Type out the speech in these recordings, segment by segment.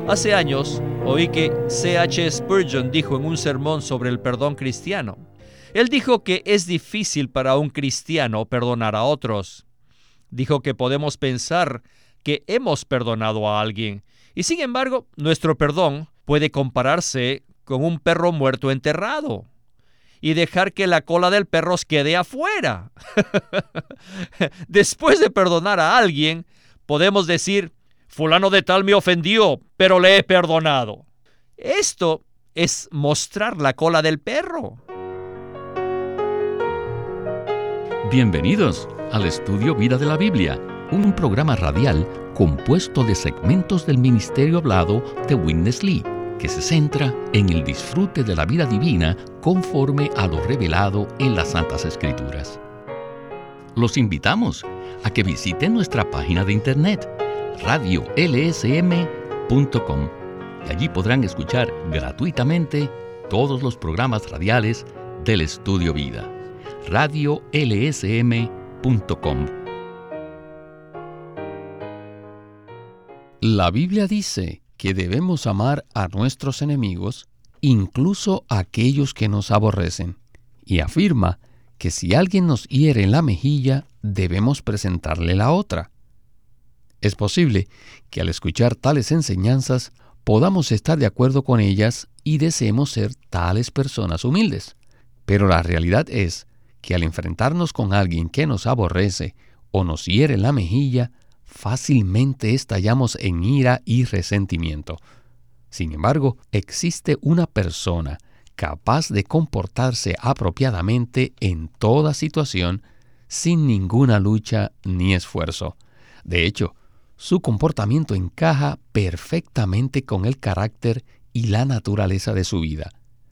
Hace años oí que C.H. Spurgeon dijo en un sermón sobre el perdón cristiano. Él dijo que es difícil para un cristiano perdonar a otros. Dijo que podemos pensar que hemos perdonado a alguien y sin embargo nuestro perdón puede compararse con un perro muerto enterrado y dejar que la cola del perro quede afuera. Después de perdonar a alguien, podemos decir, fulano de tal me ofendió, pero le he perdonado. Esto es mostrar la cola del perro. Bienvenidos al Estudio Vida de la Biblia, un programa radial compuesto de segmentos del ministerio hablado de Witness Lee, que se centra en el disfrute de la vida divina conforme a lo revelado en las Santas Escrituras. Los invitamos a que visiten nuestra página de internet, radiolsm.com, y allí podrán escuchar gratuitamente todos los programas radiales del Estudio Vida. radiolsm.com. La Biblia dice que debemos amar a nuestros enemigos, incluso a aquellos que nos aborrecen, y afirma que si alguien nos hiere en la mejilla, debemos presentarle la otra. Es posible que al escuchar tales enseñanzas podamos estar de acuerdo con ellas y deseemos ser tales personas humildes, pero la realidad es que al enfrentarnos con alguien que nos aborrece o nos hiere en la mejilla, fácilmente estallamos en ira y resentimiento. Sin embargo, existe una persona capaz de comportarse apropiadamente en toda situación sin ninguna lucha ni esfuerzo. De hecho, su comportamiento encaja perfectamente con el carácter y la naturaleza de su vida.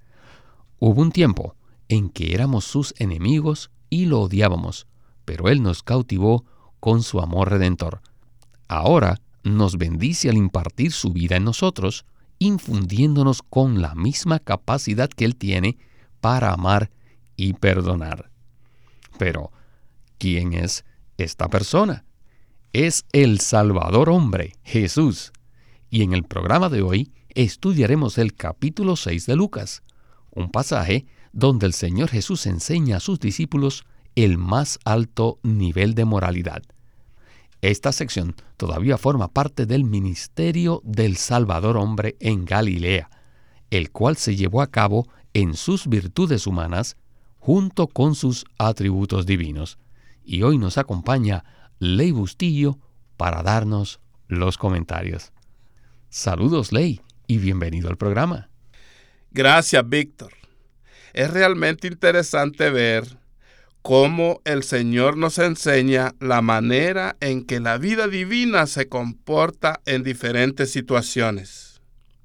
Hubo un tiempo en que éramos sus enemigos y lo odiábamos, pero Él nos cautivó con su amor redentor. Ahora nos bendice al impartir su vida en nosotros, infundiéndonos con la misma capacidad que Él tiene para amar y perdonar. Pero, ¿quién es esta persona? Es el Salvador hombre, Jesús. Y en el programa de hoy estudiaremos el capítulo 6 de Lucas, un pasaje donde el Señor Jesús enseña a sus discípulos el más alto nivel de moralidad. Esta sección todavía forma parte del ministerio del Salvador hombre en Galilea, el cual se llevó a cabo en sus virtudes humanas junto con sus atributos divinos. Y hoy nos acompaña Ley Bustillo para darnos los comentarios. Saludos, Ley, y bienvenido al programa. Gracias, Víctor. Es realmente interesante ver cómo el Señor nos enseña la manera en que la vida divina se comporta en diferentes situaciones.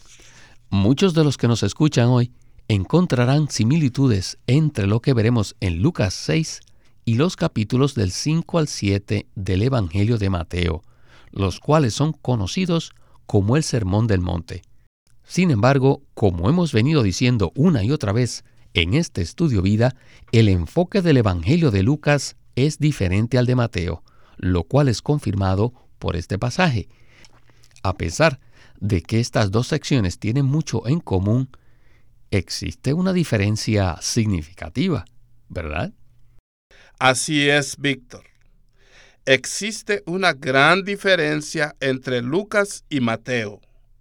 Muchos de los que nos escuchan hoy encontrarán similitudes entre lo que veremos en Lucas 6 y los capítulos del 5 al 7 del Evangelio de Mateo, los cuales son conocidos como el Sermón del Monte. Sin embargo, como hemos venido diciendo una y otra vez en este estudio vida, el enfoque del Evangelio de Lucas es diferente al de Mateo, lo cual es confirmado por este pasaje. A pesar de que estas dos secciones tienen mucho en común, existe una diferencia significativa, ¿verdad? Así es, Víctor. Existe una gran diferencia entre Lucas y Mateo.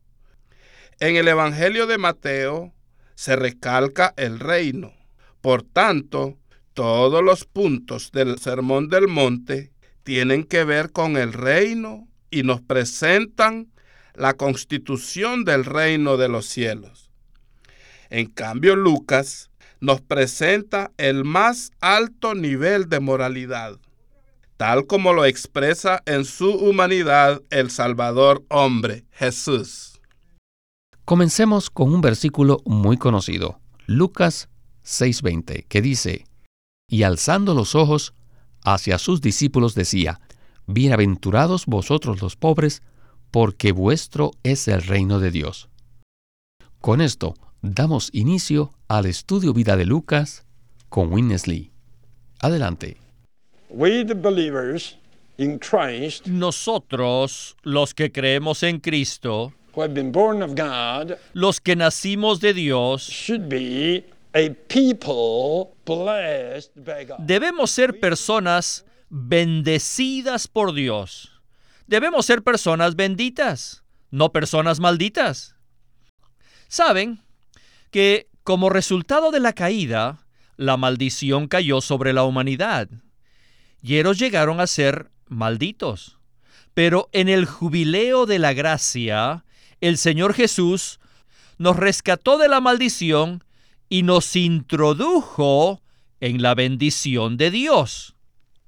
En el Evangelio de Mateo se recalca el reino. Por tanto, todos los puntos del Sermón del Monte tienen que ver con el reino y nos presentan la constitución del reino de los cielos. En cambio, Lucas nos presenta el más alto nivel de moralidad, tal como lo expresa en su humanidad el Salvador hombre, Jesús. Comencemos con un versículo muy conocido, Lucas 6:20, que dice: Y alzando los ojos hacia sus discípulos decía: Bienaventurados vosotros los pobres, porque vuestro es el reino de Dios. Con esto damos inicio al estudio vida de Lucas con Witness Lee. Adelante. Nosotros, los que creemos en Cristo, who have been born of God los que nacimos de Dios, should be a people blessed by God. debemos ser personas bendecidas por Dios. Debemos ser personas benditas, no personas malditas. Saben que como resultado de la caída, la maldición cayó sobre la humanidad y ellos llegaron a ser malditos. Pero en el jubileo de la gracia, el Señor Jesús nos rescató de la maldición y nos introdujo en la bendición de Dios.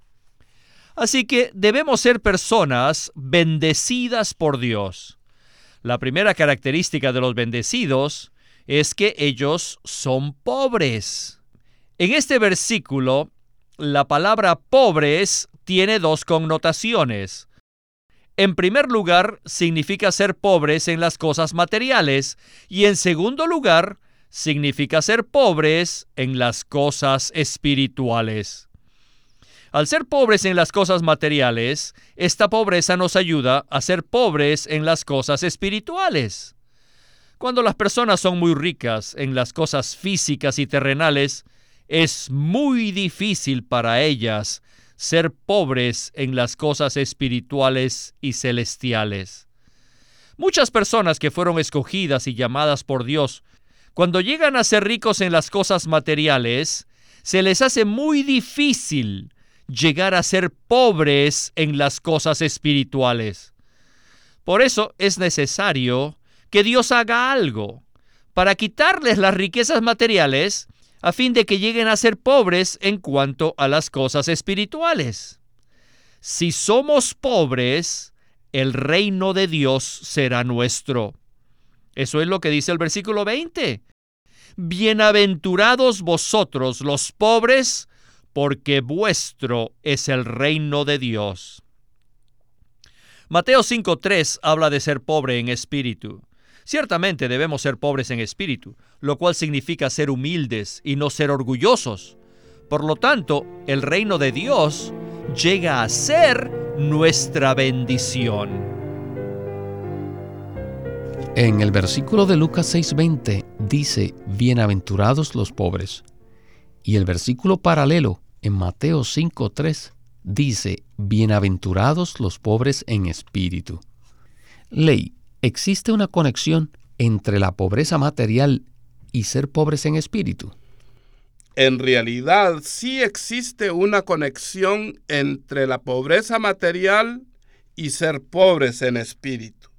Así que debemos ser personas bendecidas por Dios. La primera característica de los bendecidos es que ellos son pobres. En este versículo, la palabra pobres tiene dos connotaciones. En primer lugar, significa ser pobres en las cosas materiales, y en segundo lugar, significa ser pobres en las cosas espirituales. Al ser pobres en las cosas materiales, esta pobreza nos ayuda a ser pobres en las cosas espirituales. Cuando las personas son muy ricas en las cosas físicas y terrenales, es muy difícil para ellas ser pobres en las cosas espirituales y celestiales. Muchas personas que fueron escogidas y llamadas por Dios, cuando llegan a ser ricos en las cosas materiales, se les hace muy difícil llegar a ser pobres en las cosas espirituales. Por eso es necesario que Dios haga algo para quitarles las riquezas materiales a fin de que lleguen a ser pobres en cuanto a las cosas espirituales. Si somos pobres, el reino de Dios será nuestro. Eso es lo que dice el versículo 20. Bienaventurados vosotros los pobres, porque vuestro es el reino de Dios. Mateo 5:3 habla de ser pobre en espíritu. Ciertamente debemos ser pobres en espíritu, lo cual significa ser humildes y no ser orgullosos. Por lo tanto, el reino de Dios llega a ser nuestra bendición. En el versículo de Lucas 6:20 dice, bienaventurados los pobres. Y el versículo paralelo en Mateo 5:3 dice, bienaventurados los pobres en espíritu. Ley, ¿existe una conexión entre la pobreza material y ser pobres en espíritu? En realidad, sí existe una conexión entre la pobreza material y ser pobres en espíritu.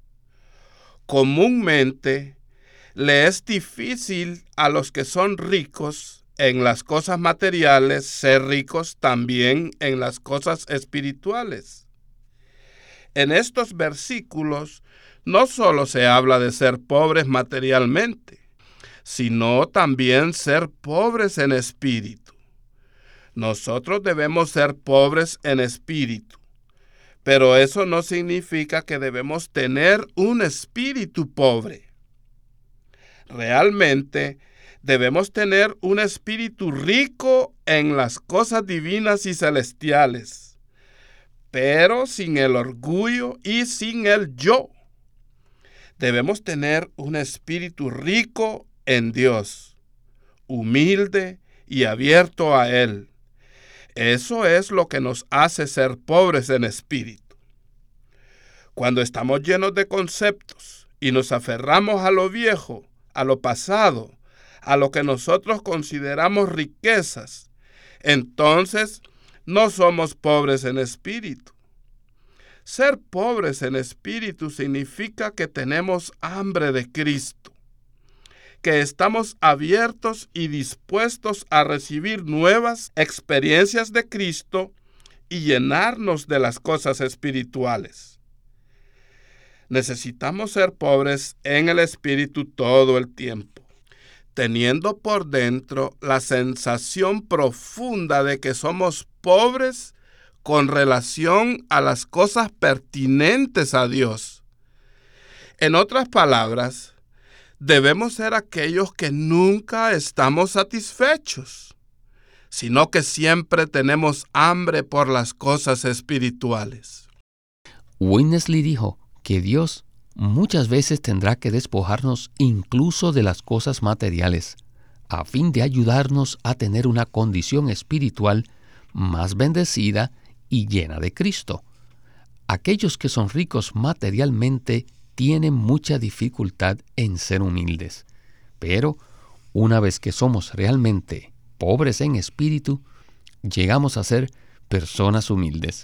Comúnmente, le es difícil a los que son ricos en las cosas materiales ser ricos también en las cosas espirituales. En estos versículos no solo se habla de ser pobres materialmente, sino también ser pobres en espíritu. Nosotros debemos ser pobres en espíritu, pero eso no significa que debemos tener un espíritu pobre. Realmente debemos tener un espíritu rico en las cosas divinas y celestiales, pero sin el orgullo y sin el yo. Debemos tener un espíritu rico en Dios, humilde y abierto a Él. Eso es lo que nos hace ser pobres en espíritu. Cuando estamos llenos de conceptos y nos aferramos a lo viejo, a lo pasado, a lo que nosotros consideramos riquezas, entonces no somos pobres en espíritu. Ser pobres en espíritu significa que tenemos hambre de Cristo, que estamos abiertos y dispuestos a recibir nuevas experiencias de Cristo y llenarnos de las cosas espirituales. Necesitamos ser pobres en el espíritu todo el tiempo, teniendo por dentro la sensación profunda de que somos pobres con relación a las cosas pertinentes a Dios. En otras palabras, debemos ser aquellos que nunca estamos satisfechos, sino que siempre tenemos hambre por las cosas espirituales. Winnesley dijo que Dios muchas veces tendrá que despojarnos incluso de las cosas materiales, a fin de ayudarnos a tener una condición espiritual más bendecida y llena de Cristo. Aquellos que son ricos materialmente tienen mucha dificultad en ser humildes, pero una vez que somos realmente pobres en espíritu, llegamos a ser personas humildes.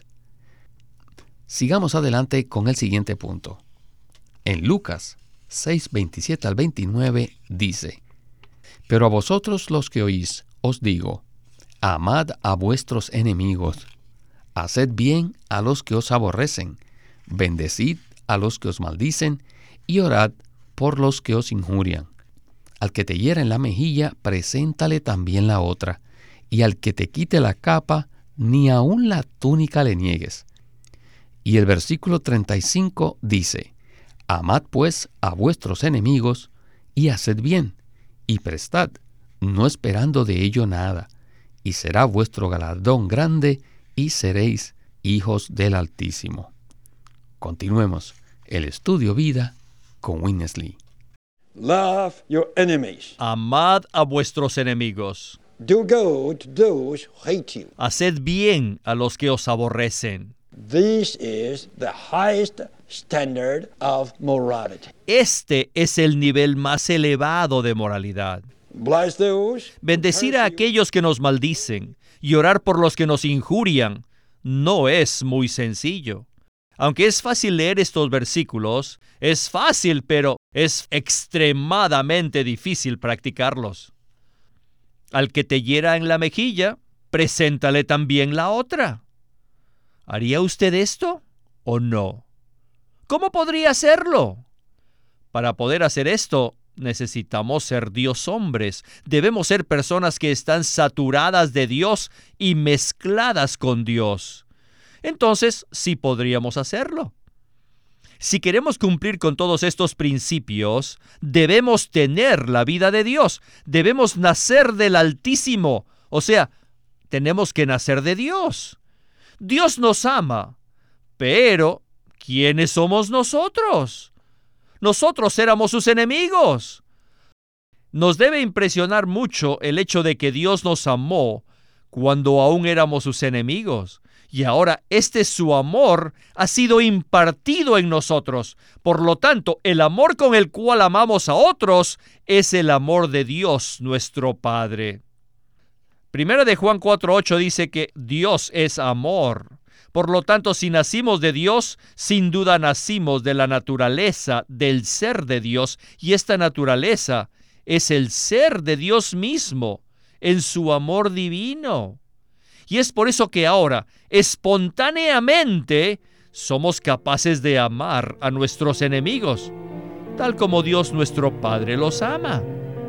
Sigamos adelante con el siguiente punto. En Lucas 6:27 al 29 dice: Pero a vosotros los que oís, os digo, amad a vuestros enemigos, haced bien a los que os aborrecen, bendecid a los que os maldicen, y orad por los que os injurian. Al que te hiera en la mejilla, preséntale también la otra, y al que te quite la capa, ni aun la túnica le niegues. Y el versículo 35 dice: Amad pues a vuestros enemigos, y haced bien, y prestad, no esperando de ello nada, y será vuestro galardón grande, y seréis hijos del Altísimo. Continuemos el estudio vida con Witness Lee. Love your enemies. Amad a vuestros enemigos. Do good to those who hate you. Haced bien a los que os aborrecen. This is the highest standard of morality. Este es el nivel más elevado de moralidad. Bless those. Bendecir a aquellos que nos maldicen y orar por los que nos injurian no es muy sencillo. Aunque es fácil leer estos versículos, es fácil, pero es extremadamente difícil practicarlos. Al que te hiera en la mejilla, preséntale también la otra. ¿Haría usted esto o no? ¿Cómo podría hacerlo? Para poder hacer esto, necesitamos ser Dios hombres. Debemos ser personas que están saturadas de Dios y mezcladas con Dios. Entonces, sí podríamos hacerlo. Si queremos cumplir con todos estos principios, debemos tener la vida de Dios. Debemos nacer del Altísimo. O sea, tenemos que nacer de Dios. Dios nos ama, pero ¿quiénes somos nosotros? Nosotros éramos sus enemigos. Nos debe impresionar mucho el hecho de que Dios nos amó cuando aún éramos sus enemigos. Y ahora su amor ha sido impartido en nosotros. Por lo tanto, el amor con el cual amamos a otros es el amor de Dios, nuestro Padre. Primera de Juan 4:8 dice que Dios es amor. Por lo tanto, si nacimos de Dios, sin duda nacimos de la naturaleza del ser de Dios. Y esta naturaleza es el ser de Dios mismo, en su amor divino. Y es por eso que ahora, espontáneamente, somos capaces de amar a nuestros enemigos, tal como Dios nuestro Padre los ama.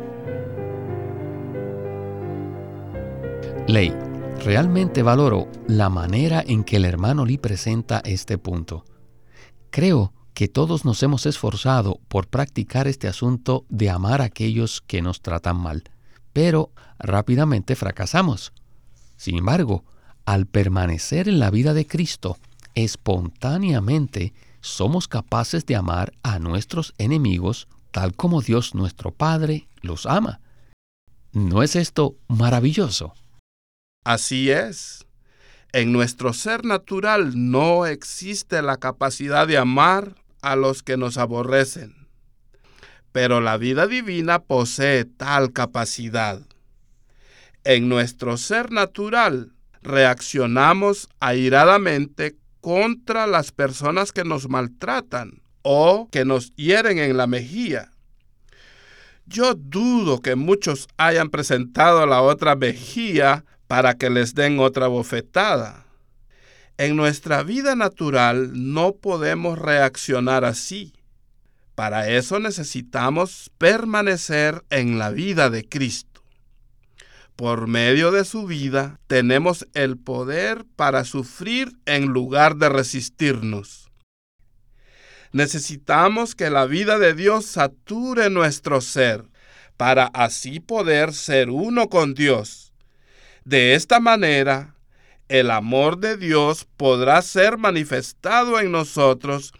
Ley, realmente valoro la manera en que el hermano Lee presenta este punto. Creo que todos nos hemos esforzado por practicar este asunto de amar a aquellos que nos tratan mal, pero rápidamente fracasamos. Sin embargo, al permanecer en la vida de Cristo, espontáneamente somos capaces de amar a nuestros enemigos tal como Dios nuestro Padre los ama. ¿No es esto maravilloso? Así es. En nuestro ser natural no existe la capacidad de amar a los que nos aborrecen. Pero la vida divina posee tal capacidad. En nuestro ser natural reaccionamos airadamente contra las personas que nos maltratan o que nos hieren en la mejilla. Yo dudo que muchos hayan presentado la otra mejilla para que les den otra bofetada. En nuestra vida natural no podemos reaccionar así. Para eso necesitamos permanecer en la vida de Cristo. Por medio de su vida, tenemos el poder para sufrir en lugar de resistirnos. Necesitamos que la vida de Dios sature nuestro ser, para así poder ser uno con Dios. De esta manera, el amor de Dios podrá ser manifestado en nosotros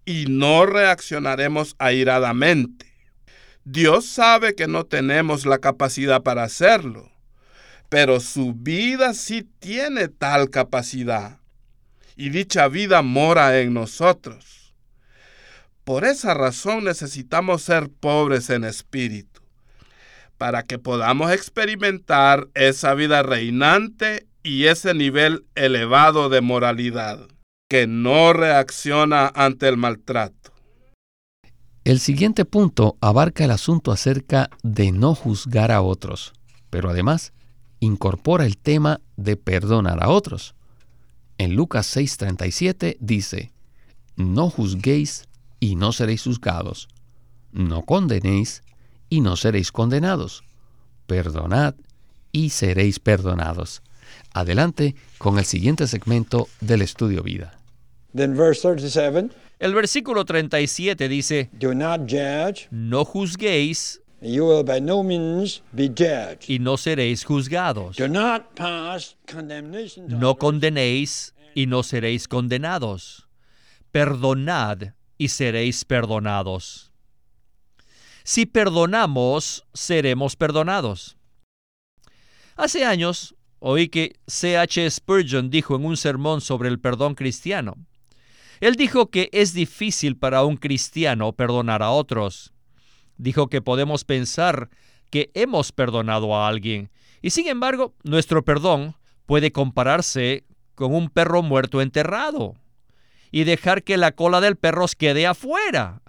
y no reaccionaremos airadamente. Dios sabe que no tenemos la capacidad para hacerlo, pero su vida sí tiene tal capacidad, y dicha vida mora en nosotros. Por esa razón necesitamos ser pobres en espíritu, para que podamos experimentar esa vida reinante y ese nivel elevado de moralidad, que no reacciona ante el maltrato. El siguiente punto abarca el asunto acerca de no juzgar a otros, pero además incorpora el tema de perdonar a otros. En Lucas 6:37 dice: no juzguéis y no seréis juzgados, no condenéis y no seréis condenados, perdonad y seréis perdonados. Adelante con el siguiente segmento del Estudio Vida. Then verse 37, El versículo 37 dice, do not judge, no juzguéis and you will by no means be judged. y no seréis juzgados. Do not pass condemnation to No others. condenéis y no seréis condenados. Perdonad y seréis perdonados. Si perdonamos, seremos perdonados. Hace años oí que C.H. Spurgeon dijo en un sermón sobre el perdón cristiano. Él dijo que es difícil para un cristiano perdonar a otros. Dijo que podemos pensar que hemos perdonado a alguien, y sin embargo, nuestro perdón puede compararse con un perro muerto enterrado y dejar que la cola del perro quede afuera.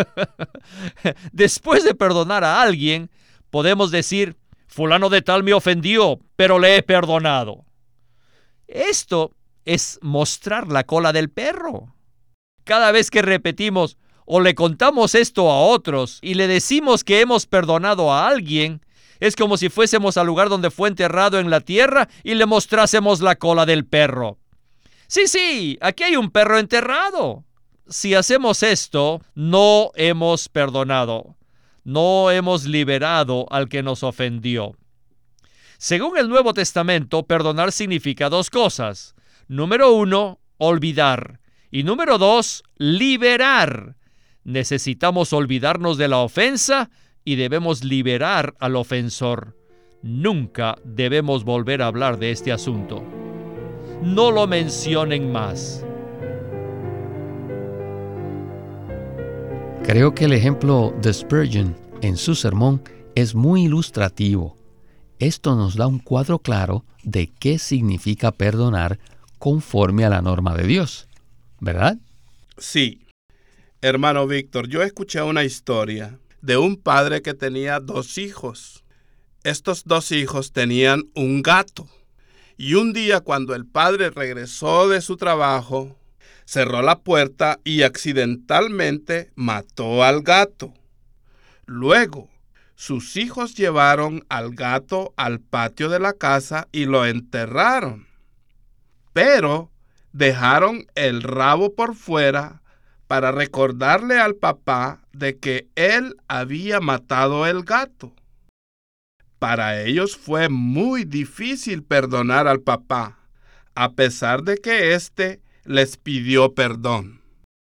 Después de perdonar a alguien, podemos decir, fulano de tal me ofendió, pero le he perdonado. Esto es mostrar la cola del perro. Cada vez que repetimos o le contamos esto a otros y le decimos que hemos perdonado a alguien, es como si fuésemos al lugar donde fue enterrado en la tierra y le mostrásemos la cola del perro. Sí, aquí hay un perro enterrado. Si hacemos esto, no hemos perdonado. No hemos liberado al que nos ofendió. Según el Nuevo Testamento, perdonar significa dos cosas. Número 1, olvidar. Y número 2, liberar. Necesitamos olvidarnos de la ofensa y debemos liberar al ofensor. Nunca debemos volver a hablar de este asunto. No lo mencionen más. Creo que el ejemplo de Spurgeon en su sermón es muy ilustrativo. Esto nos da un cuadro claro de qué significa perdonar conforme a la norma de Dios, ¿verdad? Sí. Hermano Víctor, yo escuché una historia de un padre que tenía 2 hijos. Estos 2 hijos tenían un gato. Y un día, cuando el padre regresó de su trabajo, cerró la puerta y accidentalmente mató al gato. Luego, sus hijos llevaron al gato al patio de la casa y lo enterraron. Pero dejaron el rabo por fuera para recordarle al papá de que él había matado el gato. Para ellos fue muy difícil perdonar al papá, a pesar de que éste les pidió perdón.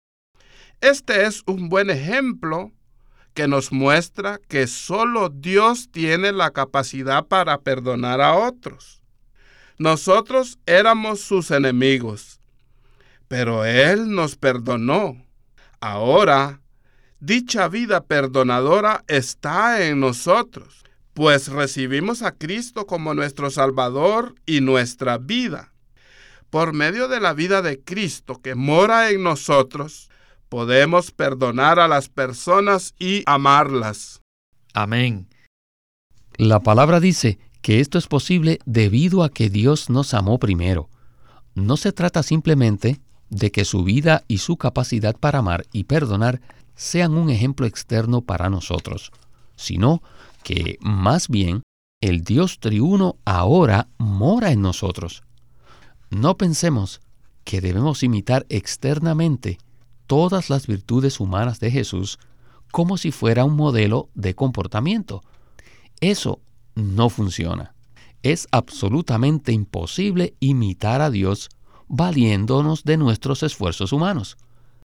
Este es un buen ejemplo que nos muestra que solo Dios tiene la capacidad para perdonar a otros. Nosotros éramos sus enemigos, pero Él nos perdonó. Ahora, dicha vida perdonadora está en nosotros, pues recibimos a Cristo como nuestro Salvador y nuestra vida. Por medio de la vida de Cristo que mora en nosotros, podemos perdonar a las personas y amarlas. Amén. La palabra dice que esto es posible debido a que Dios nos amó primero. No se trata simplemente de que su vida y su capacidad para amar y perdonar sean un ejemplo externo para nosotros, sino que, más bien, el Dios triuno ahora mora en nosotros. No pensemos que debemos imitar externamente todas las virtudes humanas de Jesús como si fuera un modelo de comportamiento. Eso no funciona. Es absolutamente imposible imitar a Dios valiéndonos de nuestros esfuerzos humanos.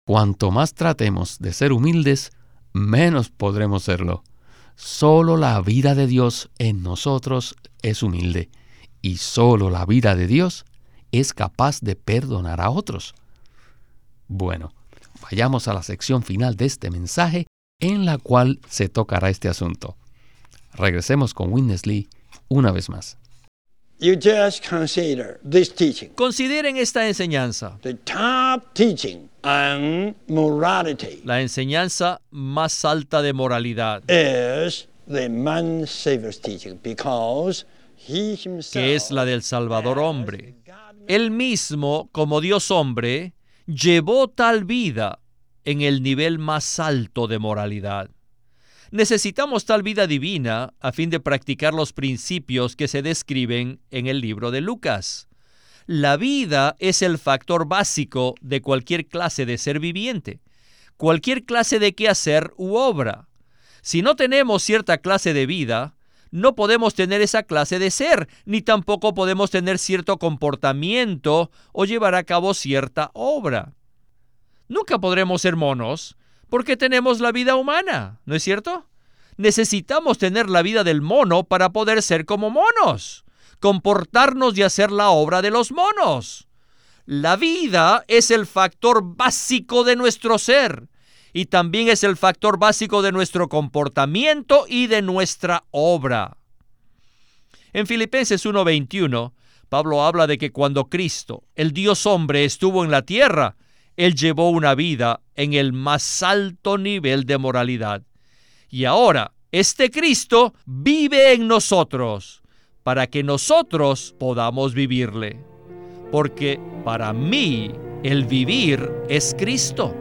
Cuanto más tratemos de ser humildes, menos podremos serlo. Solo la vida de Dios en nosotros es humilde, y solo la vida de Dios es capaz de perdonar a otros. Bueno, vayamos a la sección final de este mensaje, en la cual se tocará este asunto. Regresemos con Witness Lee una vez más. You just consider this teaching, Consideren esta enseñanza, the top teaching on morality la enseñanza más alta de moralidad, is the man Savior's teaching, because he himself, que es la del Salvador hombre. Él mismo, como Dios hombre, llevó tal vida en el nivel más alto de moralidad. Necesitamos tal vida divina a fin de practicar los principios que se describen en el libro de Lucas. La vida es el factor básico de cualquier clase de ser viviente, cualquier clase de quehacer u obra. Si no tenemos cierta clase de vida, no podemos tener esa clase de ser, ni tampoco podemos tener cierto comportamiento o llevar a cabo cierta obra. Nunca podremos ser monos, porque tenemos la vida humana, ¿no es cierto? Necesitamos tener la vida del mono para poder ser como monos, comportarnos y hacer la obra de los monos. La vida es el factor básico de nuestro ser y también es el factor básico de nuestro comportamiento y de nuestra obra. En Filipenses 1:21, Pablo habla de que cuando Cristo, el Dios hombre, estuvo en la tierra, Él llevó una vida en el más alto nivel de moralidad. Y ahora, este Cristo vive en nosotros para que nosotros podamos vivirle. Porque para mí, el vivir es Cristo.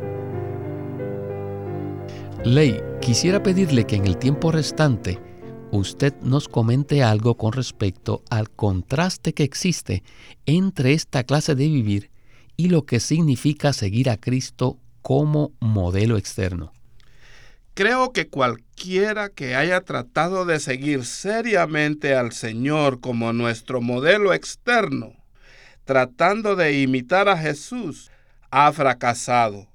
Ley, quisiera pedirle que en el tiempo restante usted nos comente algo con respecto al contraste que existe entre esta clase de vivir y lo que significa seguir a Cristo como modelo externo. Creo que cualquiera que haya tratado de seguir seriamente al Señor como nuestro modelo externo, tratando de imitar a Jesús, ha fracasado.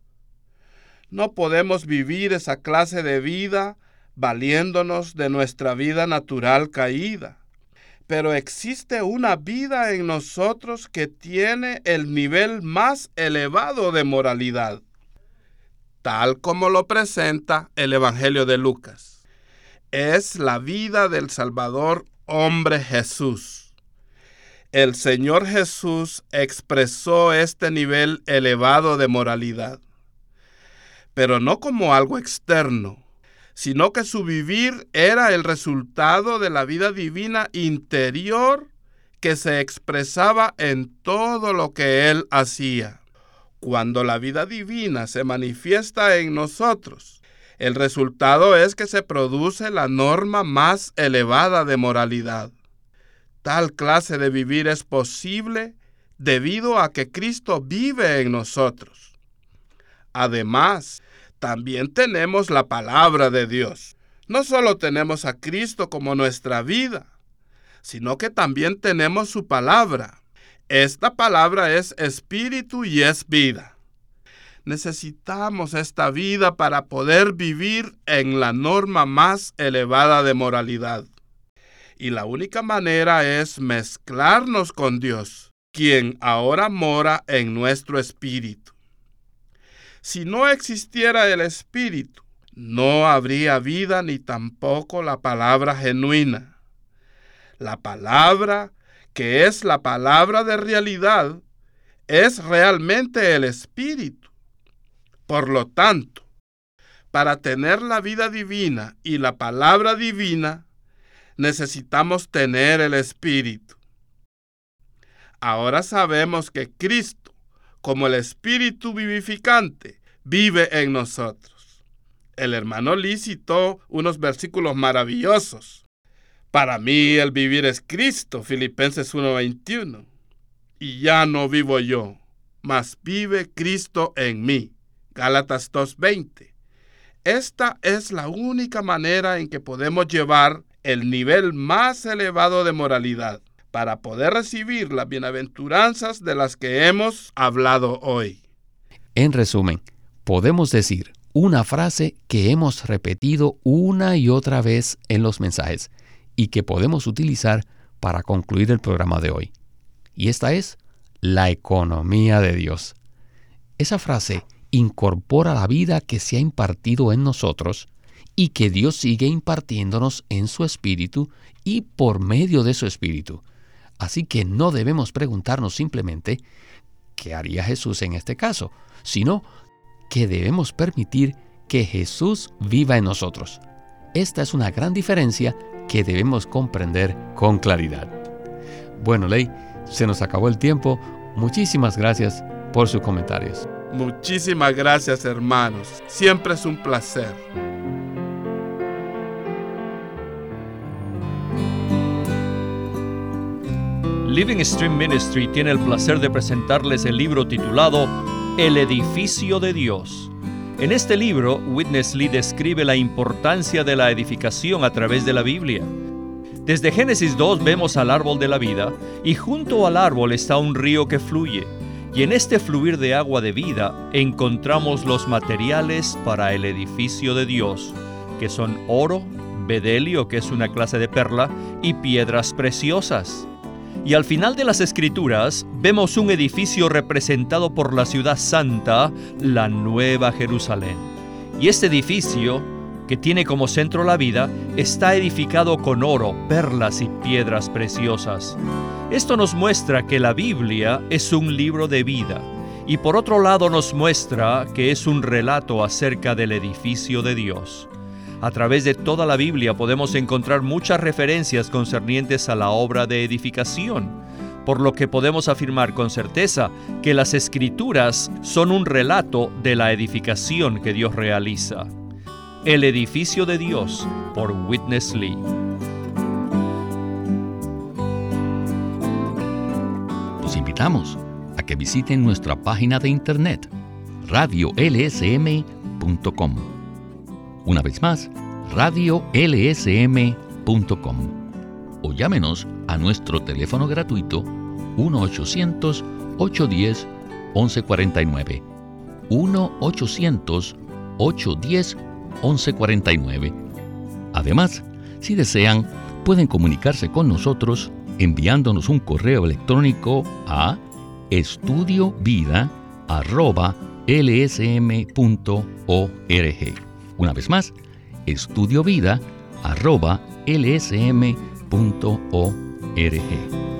No podemos vivir esa clase de vida valiéndonos de nuestra vida natural caída. Pero existe una vida en nosotros que tiene el nivel más elevado de moralidad, tal como lo presenta el Evangelio de Lucas. Es la vida del Salvador hombre Jesús. El Señor Jesús expresó este nivel elevado de moralidad, pero no como algo externo, sino que su vivir era el resultado de la vida divina interior que se expresaba en todo lo que Él hacía. Cuando la vida divina se manifiesta en nosotros, el resultado es que se produce la norma más elevada de moralidad. Tal clase de vivir es posible debido a que Cristo vive en nosotros. Además, también tenemos la palabra de Dios. No solo tenemos a Cristo como nuestra vida, sino que también tenemos su palabra. Esta palabra es espíritu y es vida. Necesitamos esta vida para poder vivir en la norma más elevada de moralidad. Y la única manera es mezclarnos con Dios, quien ahora mora en nuestro espíritu. Si no existiera el Espíritu, no habría vida ni tampoco la palabra genuina. La palabra, que es la palabra de realidad, es realmente el Espíritu. Por lo tanto, para tener la vida divina y la palabra divina, necesitamos tener el Espíritu. Ahora sabemos que Cristo, como el Espíritu vivificante, vive en nosotros. El hermano Lee citó unos versículos maravillosos. Para mí el vivir es Cristo, Filipenses 1:21. Y ya no vivo yo, mas vive Cristo en mí, Gálatas 2:20. Esta es la única manera en que podemos llevar el nivel más elevado de moralidad, para poder recibir las bienaventuranzas de las que hemos hablado hoy. En resumen, podemos decir una frase que hemos repetido una y otra vez en los mensajes y que podemos utilizar para concluir el programa de hoy. Y esta es la economía de Dios. Esa frase incorpora la vida que se ha impartido en nosotros y que Dios sigue impartiéndonos en su Espíritu y por medio de su Espíritu. Así que no debemos preguntarnos simplemente ¿qué haría Jesús en este caso?, sino que debemos permitir que Jesús viva en nosotros. Esta es una gran diferencia que debemos comprender con claridad. Bueno, Ley, se nos acabó el tiempo. Muchísimas gracias por sus comentarios. Muchísimas gracias, hermanos. Siempre es un placer. Living Stream Ministry tiene el placer de presentarles el libro titulado El edificio de Dios. En este libro, Witness Lee describe la importancia de la edificación a través de la Biblia. Desde Génesis 2 vemos al árbol de la vida, y junto al árbol está un río que fluye. Y en este fluir de agua de vida encontramos los materiales para el edificio de Dios, que son oro, bedelio, que es una clase de perla, y piedras preciosas. Y al final de las Escrituras vemos un edificio representado por la ciudad santa, la Nueva Jerusalén. Y este edificio, que tiene como centro la vida, está edificado con oro, perlas y piedras preciosas. Esto nos muestra que la Biblia es un libro de vida, y por otro lado nos muestra que es un relato acerca del edificio de Dios. A través de toda la Biblia podemos encontrar muchas referencias concernientes a la obra de edificación, por lo que podemos afirmar con certeza que las Escrituras son un relato de la edificación que Dios realiza. El edificio de Dios, por Witness Lee. Los invitamos a que visiten nuestra página de internet, radiolsm.com. Una vez más, radiolsm.com. O llámenos a nuestro teléfono gratuito 1-800-810-1149. 1-800-810-1149. Además, si desean, pueden comunicarse con nosotros enviándonos un correo electrónico a estudiovida@lsm.org. Una vez más, estudiovida@lsm.org.